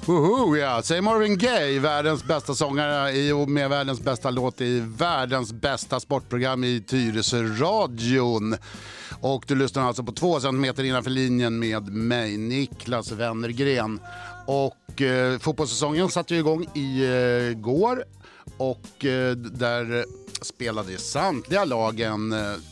Woho, ja. Säg Marvin Gaye, världens bästa sångare och med världens bästa låt i världens bästa sportprogram i Tyresö-radion. Och du lyssnar alltså på 2 centimeter innanför linjen med mig, Niklas Wennergren. Och fotbollssäsongen satte ju igång igår och där spelade samtliga lagen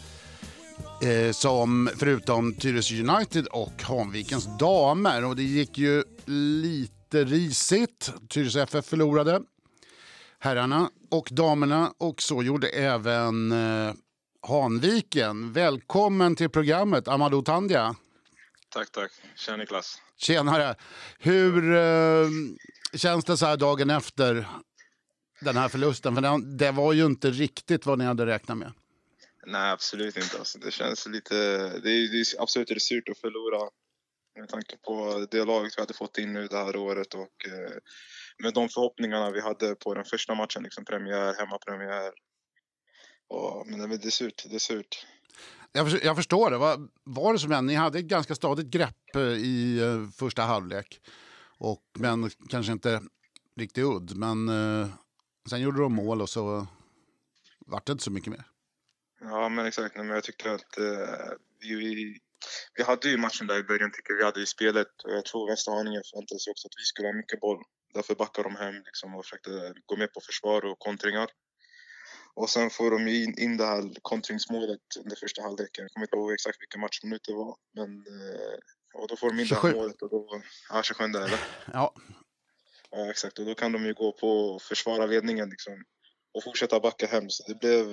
som förutom Tyresö United och Hanvikens damer, och det gick ju lite risigt. Tyresö FF förlorade herrarna och damerna, och så gjorde även Hanviken. Välkommen till programmet, Amadou Tandia. Tack. Tjena Niklas. Tjenare. Hur känns det så här dagen efter den här förlusten? För det var ju inte riktigt vad ni hade räknat med. Nej, absolut inte. Alltså, det känns lite... Det är absolut det surt att förlora med tanke på det laget vi hade fått in nu det här året och med de förhoppningarna vi hade på den första matchen, liksom hemmapremiär. Men det är surt. Jag förstår det. Var det som en? Ni hade ett ganska stadigt grepp i första halvlek. Men kanske inte riktigt udd. Men sen gjorde de mål och så var det inte så mycket mer. Ja, men exakt. Men jag tyckte att vi hade ju matchen där i början, tycker vi hade i spelet. Och jag tror Västerhaninge förväntade sig också att vi skulle ha mycket boll. Därför backade de hem liksom, och försökte gå med på försvar och kontringar. Och sen får de in det här kontringsmålet under första halvleken. Jag kommer inte ihåg exakt vilken matchminut det var. Men och då får de in det här målet. Och då, 27 eller? Ja, exakt. Och då kan de ju gå på och försvara ledningen liksom, och fortsätta backa hem. Så det blev...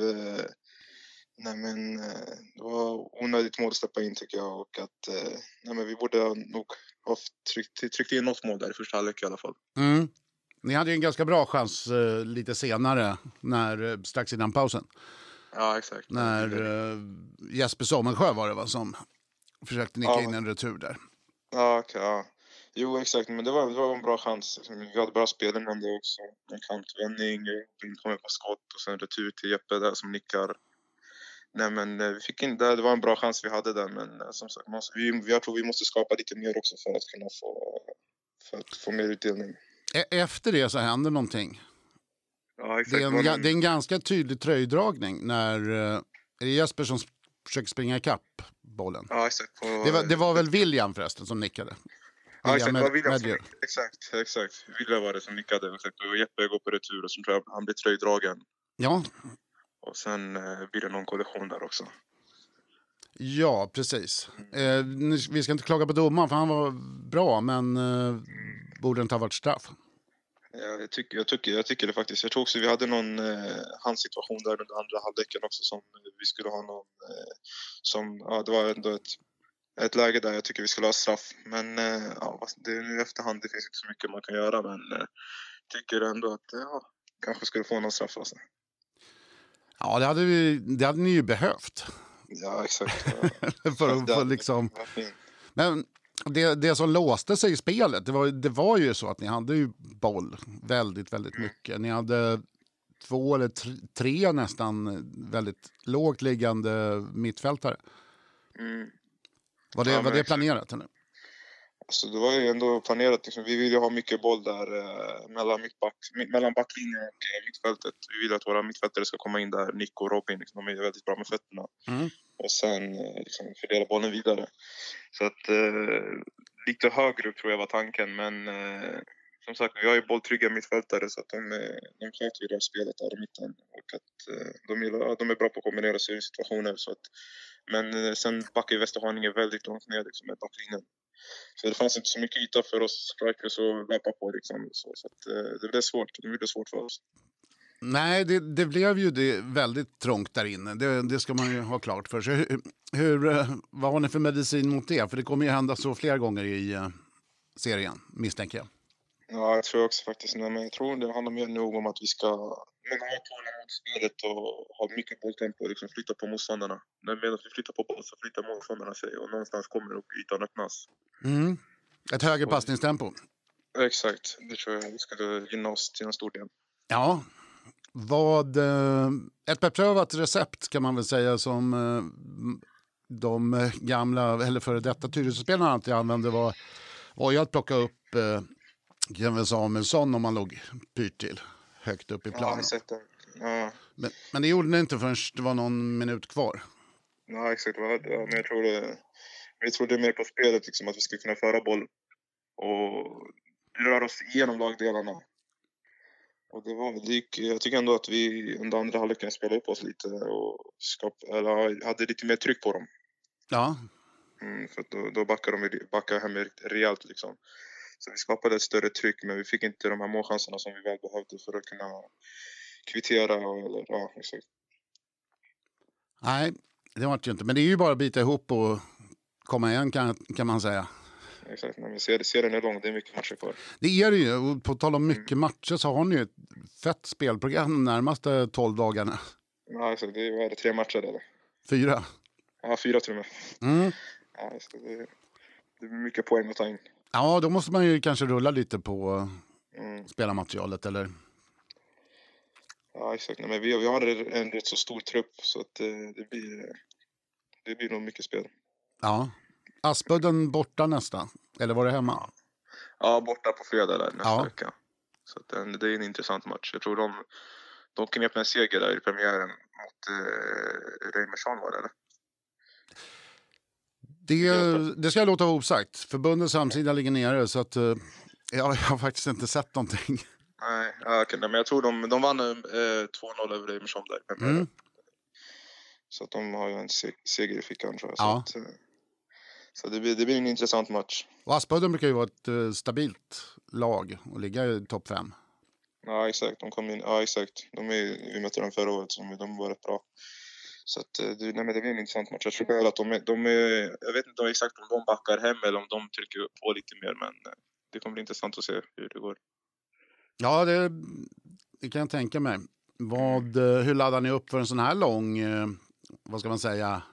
det var onödigt mål att släppa in, tycker jag. Och att vi borde nog ha tryckt in något mål där i första halvlek i alla fall. Mm. Ni hade ju en ganska bra chans lite senare, strax innan pausen. Ja, exakt. När Jesper Sommersjö var det, va, som försökte nicka in en retur där. Ja, okej. Ja. Jo, exakt. Men det var en bra chans. Vi hade bra spelande också. En kantvändning, vi kommer på skott och sen retur till Jeppe där som nickar. Nej, men vi fick in det var en bra chans vi hade där, men som sagt, jag tror vi måste skapa lite mer också för att kunna få mer utdelning. Efter det så händer någonting. Ja, exakt. Det är en ganska tydlig tröjdragning när är det Jesper som försöker springa ikapp bollen. Ja, exakt. Det var väl William förresten som nickade. Ja, exakt. Det var William som nickade. Exakt. William var det som nickade. Exakt. Och Jeppe går på retur och så tror jag han blir tröjdragen. Ja. Och sen blir det någon kollision där också. Ja, precis. Vi ska inte klaga på domaren för han var bra, men borde inte ha varit straff. Ja, jag tycker det faktiskt. Jag tror också vi hade någon handsituation där under andra halvleken också som vi skulle ha någon det var ändå ett läge där jag tycker vi skulle ha straff. Men det är nu i efterhand, det finns inte så mycket man kan göra, men tycker ändå att kanske skulle få någon straff alltså. Ja, det hade ni ju behövt. Ja, exakt. för liksom... Men det som låste sig i spelet, det var ju så att ni hade ju boll väldigt, väldigt mycket. Ni hade 2 eller 3 nästan väldigt lågt liggande mittfältare. Var det planerat eller? Alltså det var ju ändå planerat. Liksom. Vi ville ha mycket boll där mellan backlinjen och mittfältet. Vi vill att våra mittfältare ska komma in där. Nick och Robin, liksom, de är väldigt bra med fötterna. Och sen liksom, fördela bollen vidare. Så att lite högre upp tror jag var tanken. Men som sagt, vi har ju bolltrygga mittfältare så att de sköter ju det här spelet där i mitten. Och att de är bra på att kombinera sig i situationer. Så att, men sen backar ju Västerhaninge väldigt långt ner liksom, med backlinjen. Så det fanns inte så mycket yta för oss strikers att löpa på liksom. Så att det blev svårt. Det blev svårt för oss. Nej, det blev ju väldigt trångt där inne. Det ska man ju ha klart för sig. Vad har ni för medicin mot det? För det kommer ju hända så flera gånger i serien, misstänker jag. Ja, jag tror också faktiskt. Men jag tror det handlar mer nog om att vi ska ha tålamod mot spelet och ha mycket bolltempo och liksom flytta på motståndarna. Medan vi flyttar på boll så flyttar motståndarna sig och någonstans kommer ytan öppnas. Ett högre passningstempo. Exakt, det tror jag skulle gynna oss till en stor del. Ja, ett beprövat recept kan man väl säga som de gamla eller före detta Tyresö-spelarna alltid använde var ju att plocka upp Kevin Samuelsson om man låg pyrt till högt upp i planen. Ja, jag har sett det. Ja. Men det gjorde ni inte förrän det var någon minut kvar. Ja, exakt. Men jag tror det är mer på spelet, liksom, att vi ska kunna föra boll och röra oss igenom lagdelarna. Och jag tycker ändå att vi under andra halvleken spelade upp oss lite och hade lite mer tryck på dem. Ja. För då backade hem rejält liksom. Så vi skapade ett större tryck, men vi fick inte de här målchanserna som vi väl behövde för att kunna kvittera. Exakt. Nej, det var det ju inte. Men det är ju bara att bita ihop och komma igen kan man säga. Exakt, men serien är lång, det är mycket matcher kvar. Det är det ju, och på tal om mycket matcher så har ni ju ett fett spelprogram de närmaste 12 dagarna. Ja, exakt, det är 3 matcher eller? 4? Ja, 4 tror jag. Ja, så det är mycket poäng att ta in. Ja, då måste man ju kanske rulla lite på spelarmaterialet, eller? Ja, exakt. Nej, men vi har en rätt så stor trupp, så att det blir nog mycket spel. Ja. Aspudden borta nästa, eller var det hemma? Ja, borta på fredag där nästa vecka. Så att det är en intressant match. Jag tror de knep en seger där i premiären mot Reimersson, var det eller? Det ska jag låta vara osagt. Förbundets hemsida ligger nere, så att jag har faktiskt inte sett någonting. Nej, okay, men jag tror de vann 2-0 över Reimersson där i premiären. Så att de har ju en seger i fickan, tror jag. Ja. Så det blir en intressant match. Och Aspudden brukar ju vara ett stabilt lag och ligga i topp 5. Ja, exakt. De kom in. Ja, exakt. Vi mötte dem förra året, så de var rätt bra. Så att det blir en intressant match. Jag tror att jag vet inte exakt om de backar hem eller om de trycker på lite mer, men det kommer bli intressant att se hur det går. Ja, det kan jag tänka mig. Hur laddar ni upp för en sån här lång, vad ska man säga,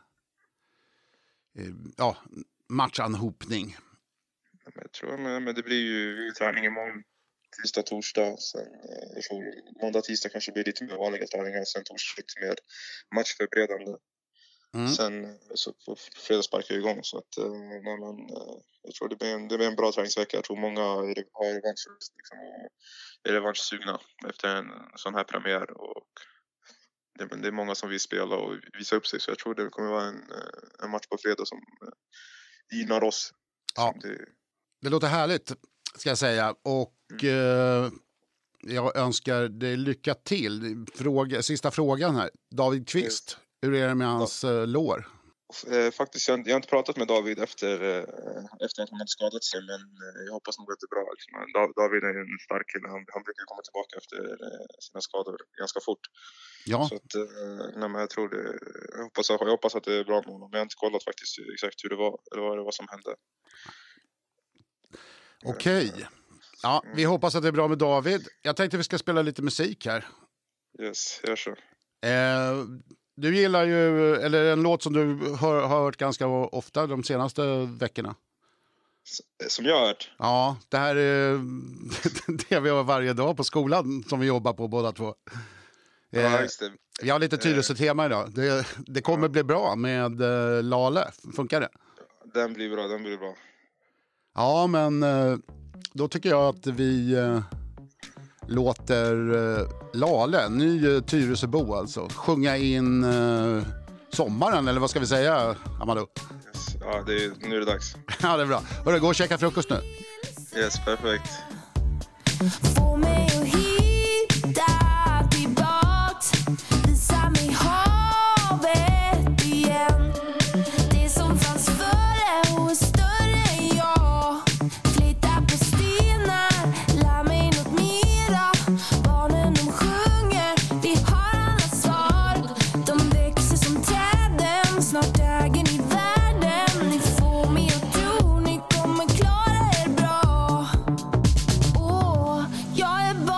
matchanhopning? Jag tror men det blir ju träning imorgon, tisdag, torsdag. Sen jag tror måndag, tisdag kanske blir lite mer vanliga träningar. Sen torsdag lite mer matchförberedande. Sen så på fredag sparkar jag igång. Så att jag tror det blir en bra träningsvecka. Jag tror många har revanschlust liksom, och är revanschsugna efter en sån här premiär. Och det är många som vill spela och visa upp sig. Så jag tror det kommer vara en match på fredag som gynnar oss. Ja, det låter härligt, ska jag säga. Och jag önskar dig lycka till. Sista frågan här. David Kvist, hur är det med hans lår? Faktiskt, jag har inte pratat med David efter att han hade skadat sig, men jag hoppas nog att det är bra. Liksom. David är en stark kille. Han brukar komma tillbaka efter sina skador ganska fort. Ja. Så att, men jag tror det. Jag hoppas att det är bra med honom. Men jag har inte kollat faktiskt exakt hur det var eller vad som hände. Okej. Ja, vi hoppas att det är bra med David. Jag tänkte att vi ska spela lite musik här. Yes, gör så. Du gillar ju, eller en låt som du har hört ganska ofta de senaste veckorna. Som jag har hört? Ja, det här är det vi har varje dag på skolan som vi jobbar på båda två. Ja, just det. Vi har lite Tyresö-tema idag. Det kommer bli bra med Lale. Funkar det? Den blir bra. Ja, men då tycker jag att vi låter Lale, ny Tyresöbo alltså, sjunga in sommaren, eller vad ska vi säga, Amadou? Yes. Ja, nu är det dags. Ja, det är bra. Hörru, gå och käka frukost nu. Yes, perfekt. Få mig att hitta tillbaks, visa mig havet igen. Det som fanns före och större än jag. Flytta på stenar, lär mig något mera. Barnen de sjunger, vi har alla svar. De växer som träden, snart äger ni världen. Ni får mig att tro, ni kommer klara er bra. Jag är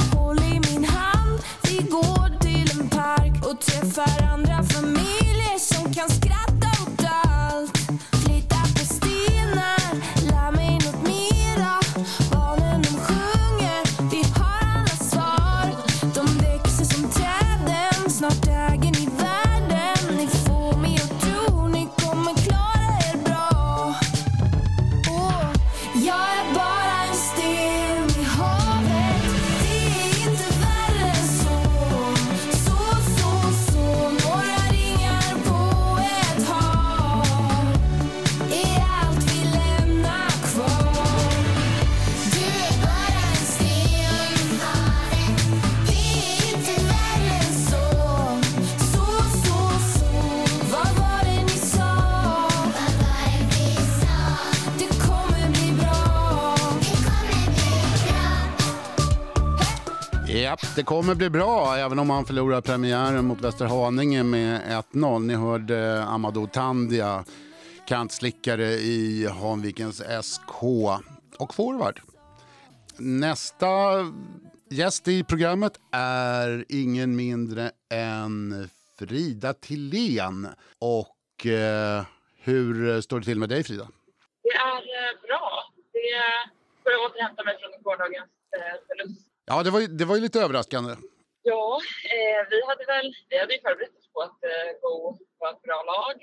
Håll i min hand, vi går till en park och träffar andra familjer som kan skratta åt allt. Flytta på stenar, lär mig något mera. Barnen de sjunger, vi har alla svar. De växer som träden, snart äger ni världen. Ni får mig att tro, ni kommer klara er bra. Åh, jag är bara en sten i havet. Det är inte värre än så. Några ringar på ett hav är allt vi lämnar kvar. Du är bara en sten i havet. Det är inte värre än så. Vad var det ni sa? Det kommer bli bra. Japp, det kommer bli bra även om man förlorar premiären mot Västerhaninge med 1-0. Ni hörde Amadou Tandia, kantslickare i Hanvikens SK och forward. Nästa gäst i programmet är ingen mindre än Frida Tillén. Och hur står det till med dig, Frida? Det är bra. Det får jag återhämta mig från gårdagens förlust. Ja, det var ju lite överraskande. Ja, vi hade ju förberett oss på att gå på ett bra lag.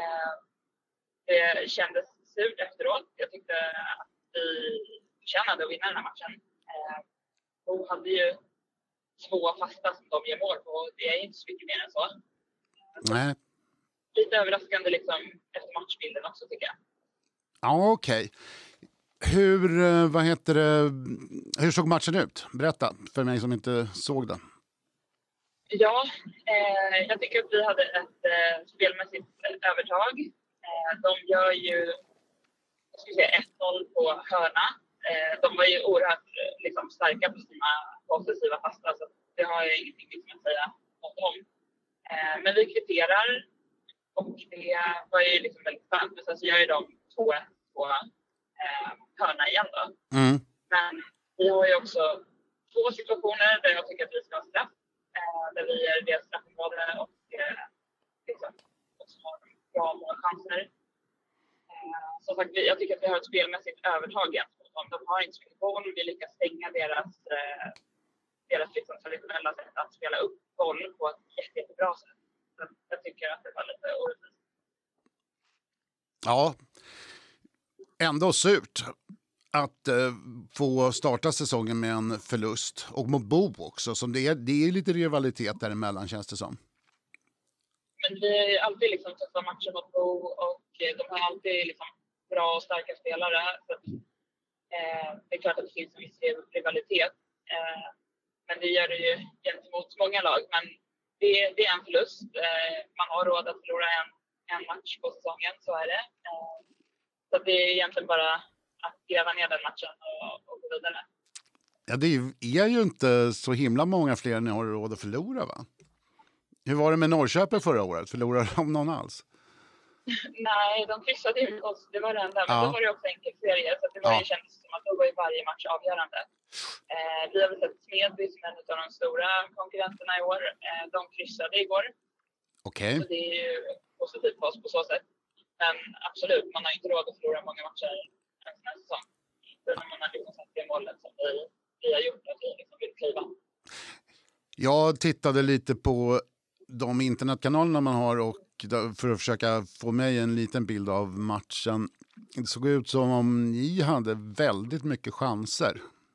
Det kändes surt efteråt. Jag tyckte att vi förtjänade att vinna den här matchen. Go hade ju 2 fasta som de ger mål på. Det är inte så mycket mer än så. Nej. Lite överraskande liksom efter matchbilden också, tycker jag. Ja, okej. Hur såg matchen ut? Berätta för mig som inte såg den. Ja, jag tycker att vi hade ett spelmässigt övertag. De gör ju 1-0 på hörna. De var ju oerhört liksom, starka på sina offensiva fasta, så det har jag ingenting att säga om. Men vi kvitterar och det var ju liksom väldigt skönt. Men sen så gör ju de 2-1 på hörna igen då. Mm. Men vi har ju också 2 situationer där jag tycker att vi ska ha straff. Där vi är deras straffområde och liksom, också har bra målchanser. Som sagt, jag tycker att vi har ett spelmässigt övertag gentemot dem. De har inte så mycket boll. Vi lyckas stänga deras liksom, traditionella sätt att spela upp boll på ett jättebra sätt. Så jag tycker att det var lite orättvist. Ja, ändå surt att få starta säsongen med en förlust. Och mot Bo också. Som det är lite rivalitet däremellan, känns det som. Men vi är alltid liksom tuffa matcher mot Bo och de har alltid liksom bra och starka spelare. Så att, det är klart att det finns en viss rivalitet. Men det gör det ju gentemot många lag. Men det är en förlust. Man har råd att förlora en match på säsongen, så är det. Så det är egentligen bara att gräva ner den matchen och gå vidare. Ja, det är ju inte så himla många fler ni har råd att förlora, va? Hur var det med Norrköping förra året? Förlorade de någon alls? Nej, de kryssade ut oss. Det var det enda. Men Ja. då var det också enkelserie. Så det var ju kändes som att då var ju varje match avgörande. Vi har väl sett Smedby som en av de stora konkurrenterna i år. De kryssade igår. Okej. Så det är ju positivt för oss på så sätt. Men absolut, man har inte råd att förlora många matcher en sån här säsong. För när man har liksom satt det målet som vi har gjort, att vi liksom vill kliva. Jag tittade lite på de internetkanalerna man har och för att försöka få mig en liten bild av matchen. Det såg ut som om ni hade väldigt mycket chanser.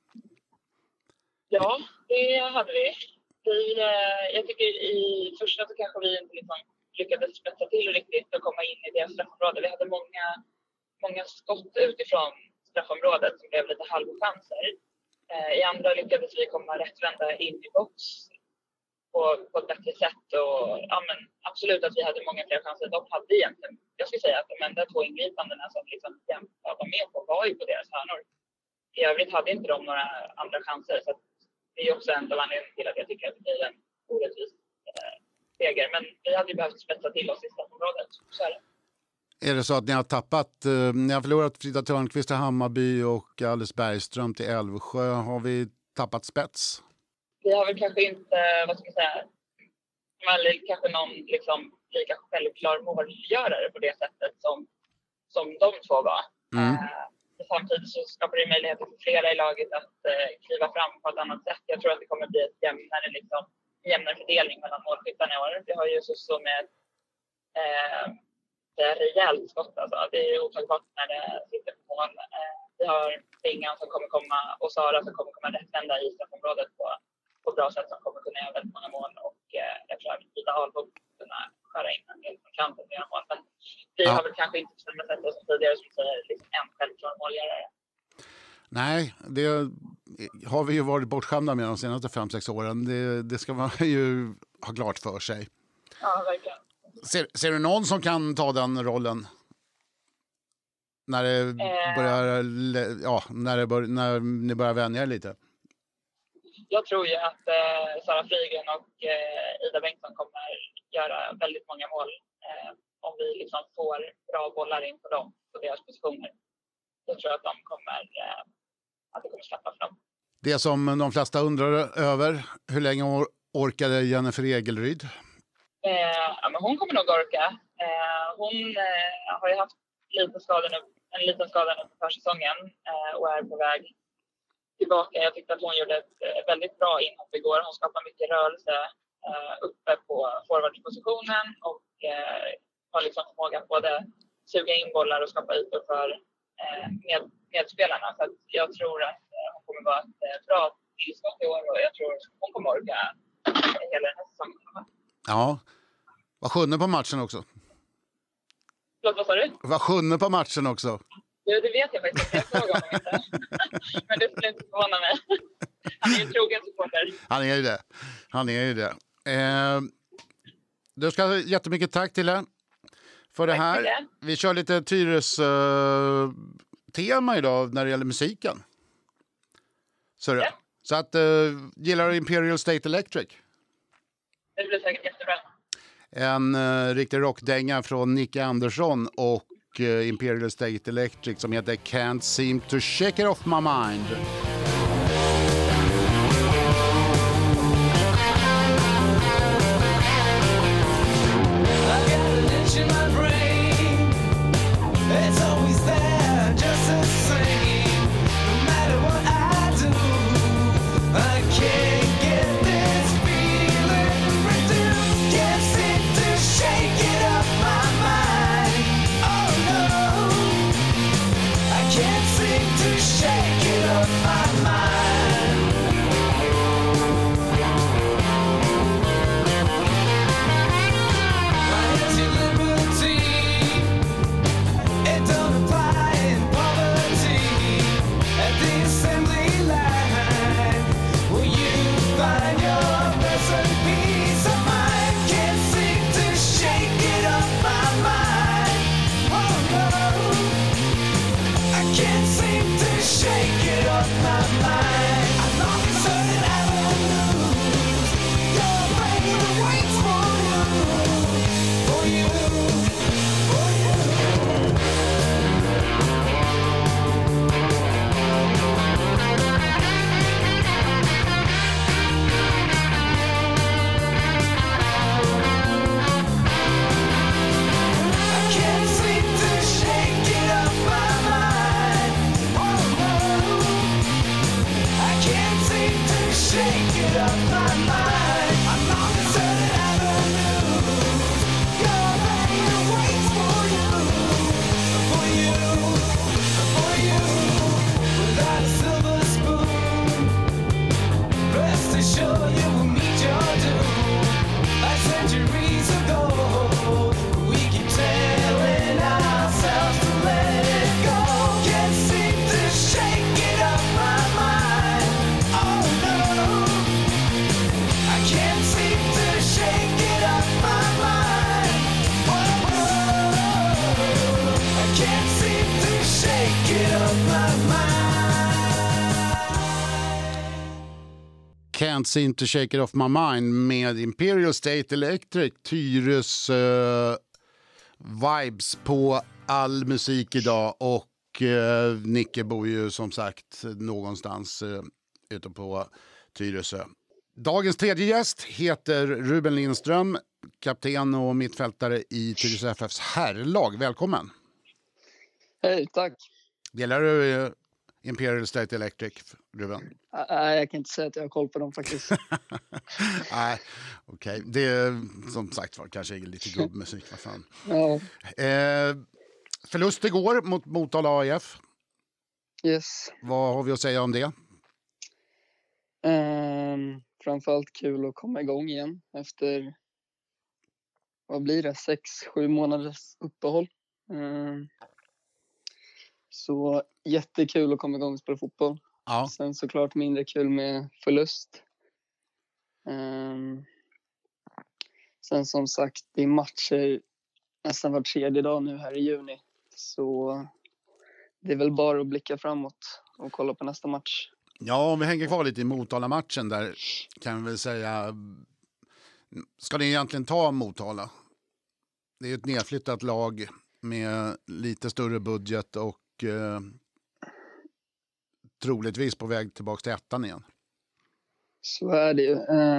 Ja, det hade vi. Jag tycker i första så kanske vi inte liksom lyckades spetsa till riktigt och komma in i deras straffområde. Vi hade många skott utifrån straffområdet som blev lite halvchanser. I andra lyckades vi komma rättvända in i box på ett bättre sätt. Och, ja, men absolut att vi hade många fler chanser. De hade egentligen, jag skulle säga att de enda 2 ingripandena som liksom var med på var ju på deras hörnor. I övrigt hade inte de några andra chanser. Så det är också en av anledningarna till att jag tycker att det blir en orättvis seger. Men vi hade ju behövt spetsa till oss i straffområdet. Så är det. Är det så att ni har förlorat Frida Törnqvist till Hammarby och Alice Bergström till Älvsjö? Har vi tappat spets? vi har väl kanske inte, vad ska man säga, kanske någon liksom lika självklar målgörare på det sättet som de två var. Samtidigt så skapar det möjligheter för flera i laget att kliva fram på ett annat sätt. Jag tror att det kommer bli ett jämnare fördelning mellan målskyttarna i år. Vi har ju så med rejält skott. Alltså. Det är otagbart när det sitter på mål. Vi har Bingan som kommer komma och Sara som kommer komma rättvända i straffområdet på bra sätt som kommer kunna göra väldigt många mål. Och jag tror att Ida Ahlbo kunna skära in en del från kanten och göra mål. Men vi har väl kanske inte på samma sätt som tidigare som säger liksom en självklar målgörare. Nej, det har vi ju varit bortskämda med de senaste 5-6 åren. Det ska man ju ha klart för sig. Ja, verkligen. Ser du någon som kan ta den rollen? När det börjar, när ni börjar vänja er lite? Jag tror ju att Sara Frygren och Ida Bengtsson kommer göra väldigt många mål om vi liksom får bra bollar in på dem, på deras positioner. Jag tror att de kommer att det kommer släppa för dem. Det som de flesta undrar över, hur länge orkade Jennifer Egelryd? Men hon kommer nog orka. Hon har ju haft en liten skada nu på försäsongen och är på väg tillbaka. Jag tyckte att hon gjorde ett väldigt bra inhopp igår. Hon skapar mycket rörelse uppe på forwardspositionen och har liksom förmåga att både suga in bollar och skapa ytor för medspelarna. Så att jag tror att hon kommer vara ett bra tillskott i år och jag tror att hon kommer orka hela den här säsongen. Ja, var sjunde på matchen också. Vad sa du? Var sjunde på matchen också. Ja, det vet jag faktiskt. Jag såg honom inte. Men det skulle inte förvåna mig. Han är ju trogen supporter. Han är ju det. Du ska ha jättemycket tack till er för det här. Det. Vi kör lite Tyres-tema idag när det gäller musiken. Ja. Så att gillar du Imperial State Electric? Det blir säkert jättebra. En riktig rockdänga från Nicky Andersson och Imperial State Electric som heter Can't Seem to Shake It Off My Mind. Can't Seem to Shake It Off My Mind med Imperial State Electric, Tyres vibes på all musik idag. Och Nicke bor ju som sagt någonstans ute på Tyresö. Dagens tredje gäst heter Ruben Lindström, kapten och mittfältare i Tyresö FFs herrlag. Välkommen! Hej, tack! Delar du Imperial State Electric, Ruben? Nej, jag kan inte säga att jag har koll på dem faktiskt. Nej, okej. Det är som sagt var kanske lite gubbmusik. Vad fan. Ja, Förlust igår mot Motala AIF. yes. Vad har vi att säga om det? Framförallt kul att komma igång igen efter, vad blir det, 6-7 månaders uppehåll. Så jättekul att komma igång och spela fotboll. Ja. Sen såklart mindre kul med förlust. Sen som sagt, det är matcher nästan var tredje dag nu här i juni. Så det är väl bara att blicka framåt och kolla på nästa match. Ja, om vi hänger kvar lite i Motala-matchen där kan vi väl säga, ska ni egentligen ta Motala? Det är ju ett nedflyttat lag med lite större budget och troligtvis på väg tillbaka till ettan igen. Så är det ju.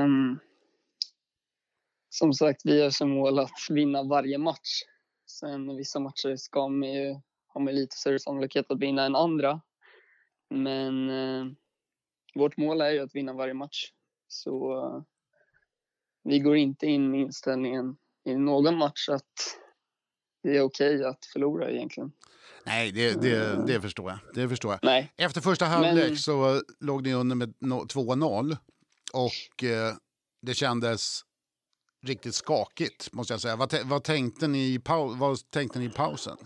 Som sagt, vi har som mål att vinna varje match. Sen vissa matcher har man lite större sannolikhet att vinna än andra. Men vårt mål är ju att vinna varje match. Så vi går inte in i inställningen i någon match att det är okej att förlora egentligen. Nej, det förstår jag. Det förstår jag. Nej. Efter första halvlek så låg ni under med 2-0 och det kändes riktigt skakigt, måste jag säga. Vad tänkte ni i pausen?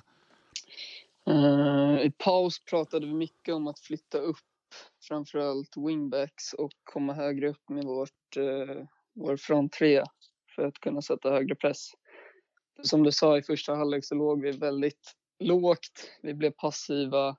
I paus pratade vi mycket om att flytta upp framförallt wingbacks och komma högre upp med vår front tre för att kunna sätta högre press. Som du sa, i första halvlek så låg vi väldigt lågt. Vi blev passiva.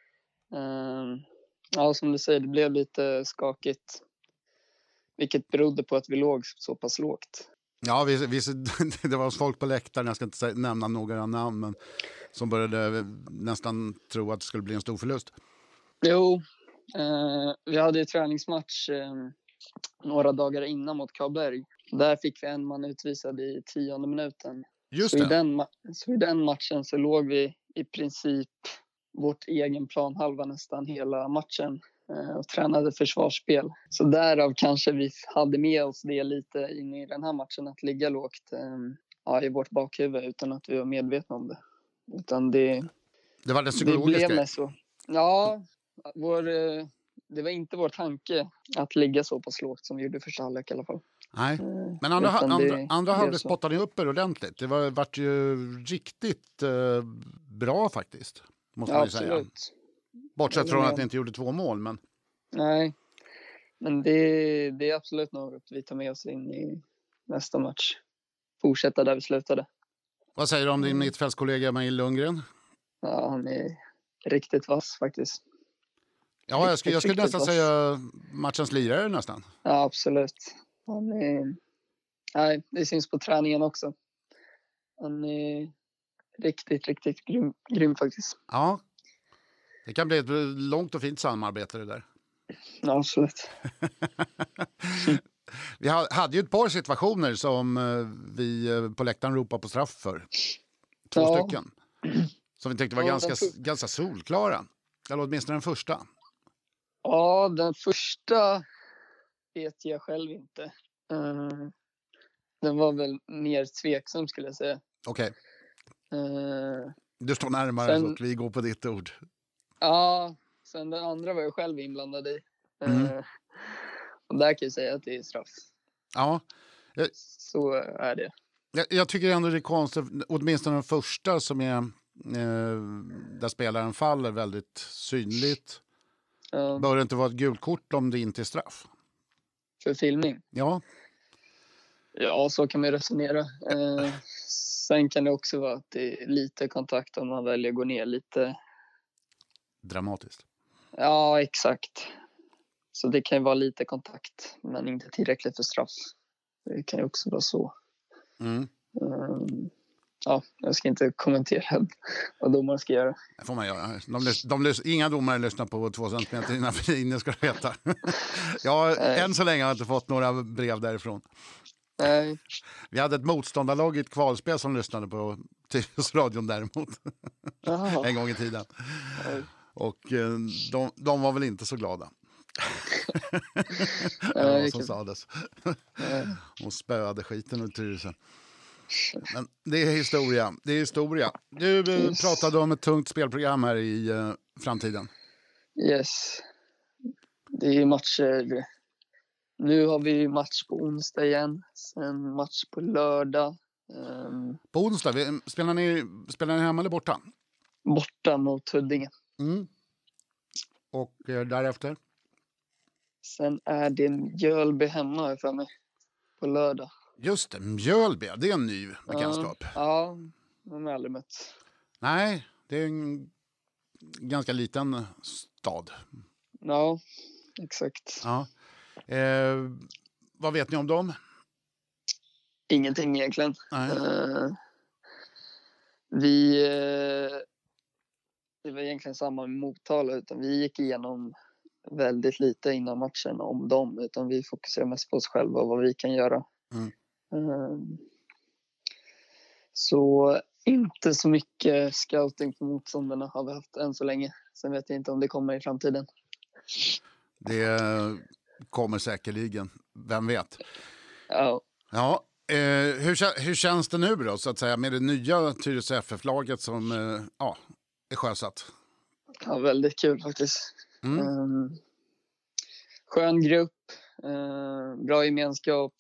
Ja, som du säger, det blev lite skakigt. Vilket berodde på att vi låg så pass lågt. Ja, det var folk på läktaren, jag ska inte nämna några namn, men som började nästan tro att det skulle bli en stor förlust. Jo, vi hade ju träningsmatch några dagar innan mot Karlberg. Där fick vi en man utvisad i 10:e minuten. Just så det. Så i den matchen så låg vi i princip vårt egen planhalva nästan hela matchen och tränade försvarsspel. Så därav kanske vi hade med oss det lite in i den här matchen, att ligga lågt i vårt bakhuvud utan att vi var medvetna om det. Utan det var det psykologiska. Det blev så. Ja, det var inte vår tanke att ligga så pass lågt som vi gjorde i första halvlek i alla fall. Nej, men andra halvlek spottade ni upp er ordentligt. Det vart ju riktigt bra faktiskt, måste man ju säga. Absolut. Bortsett från att ni inte gjorde 2 mål, men... Nej, men det är absolut något vi tar med oss in i nästa match. Fortsätta där vi slutade. Vad säger du om din mittfältskollega Mail Lundgren? Ja, han är riktigt vass faktiskt. Ja, jag skulle nästan säga matchens lirare nästan. Ja, absolut. Nej, det syns på träningen också. Han är riktigt grym faktiskt. Ja, det kan bli ett långt och fint samarbete det där. Ja, absolut. Vi hade ju ett par situationer som vi på läktaren ropade på straff för. 2 stycken. Som vi tyckte var ganska solklara. Eller åtminstone den första. Ja, den första vet jag själv inte. Den var väl mer tveksam skulle jag säga. Okej. Du står närmare så att vi går på ditt ord. Ja, sen den andra var jag själv inblandad i. Och där kan jag säga att det är straff. Ja. Så är det. Jag tycker ändå det är konstigt, åtminstone den första som är där spelaren faller väldigt synligt. Bör det inte vara ett gult kort om det inte är straff? För filmning? Ja. Ja, så kan man resonera. Sen kan det också vara att det är lite kontakt om man väljer att gå ner lite. Dramatiskt. Ja, exakt. Så det kan ju vara lite kontakt, men inte tillräckligt för straff. Det kan ju också vara så. ja, jag ska inte kommentera vad domaren ska göra. Det får man göra. Inga domare lyssnar på 2 centimeter innanför linjen, ska du veta. Än så länge har jag inte fått några brev därifrån. Nej. Vi hade ett motståndarlag i ett kvalspel som lyssnade på Tyresöradion däremot. En gång i tiden. Och de var väl inte så glada. Som sades. Och spöade skiten ur Tyresö. Men det är historia. Du pratade om ett tungt spelprogram här i framtiden. Yes. Det är matcher. Nu har vi match på onsdag igen. Sen match på lördag. På onsdag, spelar ni hemma eller borta? Borta mot Huddinge. Och därefter? Sen är det Mjölby hemma för mig. På lördag. Just det, Mjölby. Det är en ny bekantskap. Ja, de har aldrig mött. Nej, det är en ganska liten stad. Ja, exakt. Ja. Vad vet ni om dem? Ingenting egentligen. Det var egentligen samma med Motala, utan vi gick igenom väldigt lite innan matchen om dem, utan vi fokuserar mest på oss själva och vad vi kan göra. Så inte så mycket scouting på motståndarna har vi haft än så länge. Sen vet jag inte om det kommer i framtiden. Det kommer säkerligen. Vem vet? Ja. Ja. Hur känns det nu då, så att säga, med det nya Tyresö FF-laget som är sjösatt? Ja, väldigt kul faktiskt. Skön grupp. Bra gemenskap.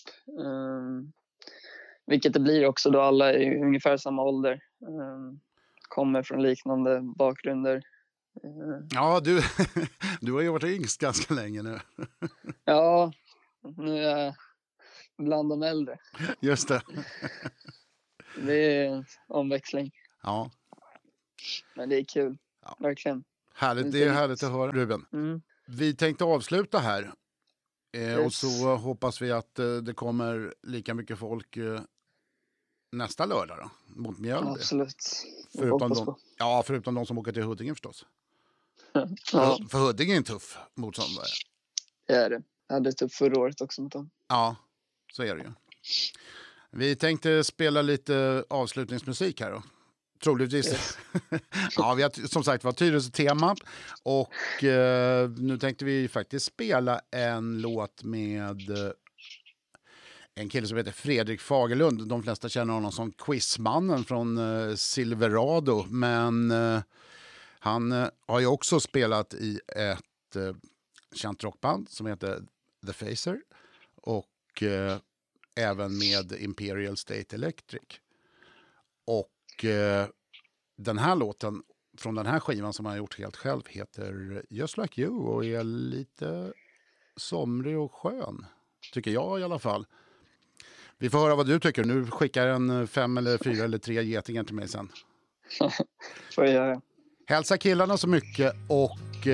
Vilket det blir också då alla är ungefär samma ålder. Kommer från liknande bakgrunder. Ja, du har ju varit yngst ganska länge nu. Ja, nu är jag bland de äldre. Just det. Det är en omväxling. Ja. Men det är kul, verkligen. Härligt, det är härligt att höra, Ruben. Vi tänkte avsluta här. Och så hoppas vi att det kommer lika mycket folk nästa lördag då, mot Mjölby. Absolut. Förutom de som åker till Huddinge förstås. Ja. För Huddinge är en tuff motståndare. Det är det. Jag hade tufft förra året också mot dem. Ja, så är det ju. Vi tänkte spela lite avslutningsmusik här då. Troligtvis. Yes. Ja, vi har som sagt var Tyresö-tema. Och nu tänkte vi faktiskt spela en låt med en kille som heter Fredrik Fagerlund. De flesta känner honom som quizmannen från Silverado. Men han har ju också spelat i ett känt rockband som heter The Facer. Och även med Imperial State Electric. Och den här låten från den här skivan som han har gjort helt själv heter Just Like You och är lite somrig och skön. Tycker jag i alla fall. Vi får höra vad du tycker. Nu skickar en 5 eller 4 eller 3 getingar till mig sen. Får jag göra. Hälsa killarna så mycket och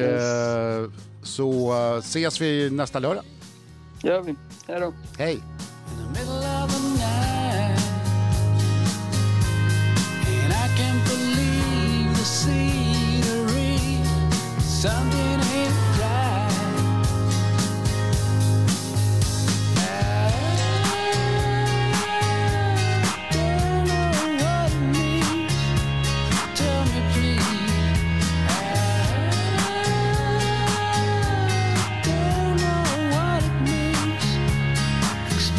så ses vi nästa lördag. Gör vi. Hej då. Hej. Something ain't right. I don't know what it means. Tell me please. I don't know what it means.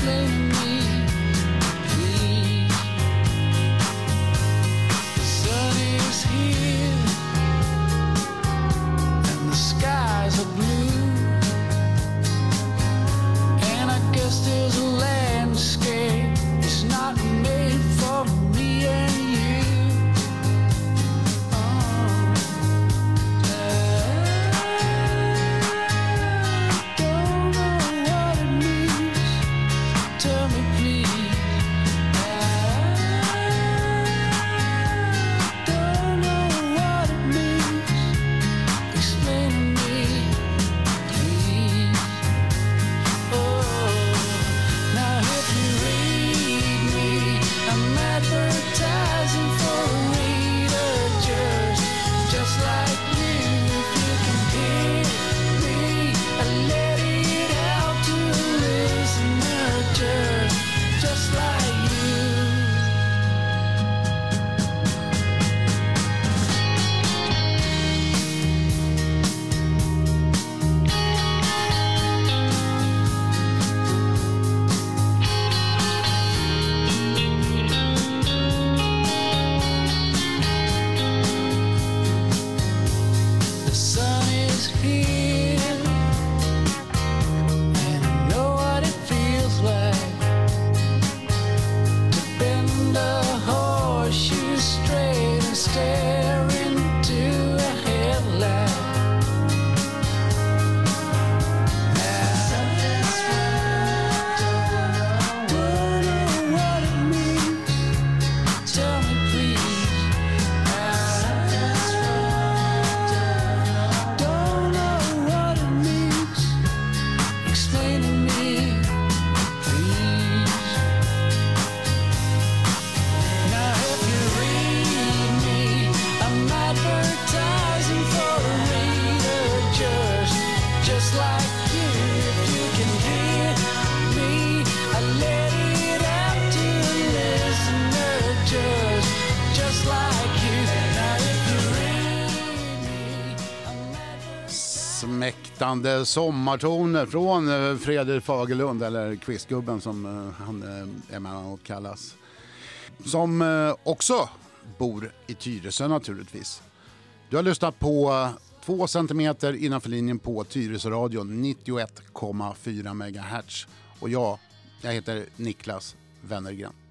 smäktande sommartoner från Fredrik Fagerlund, eller Quizgubben som han emellanåt kallas. Som också bor i Tyresö naturligtvis. Du har lyssnat på 2 centimeter innanför linjen på Tyresö Radio 91,4 MHz. Och jag heter Niklas Wennergren.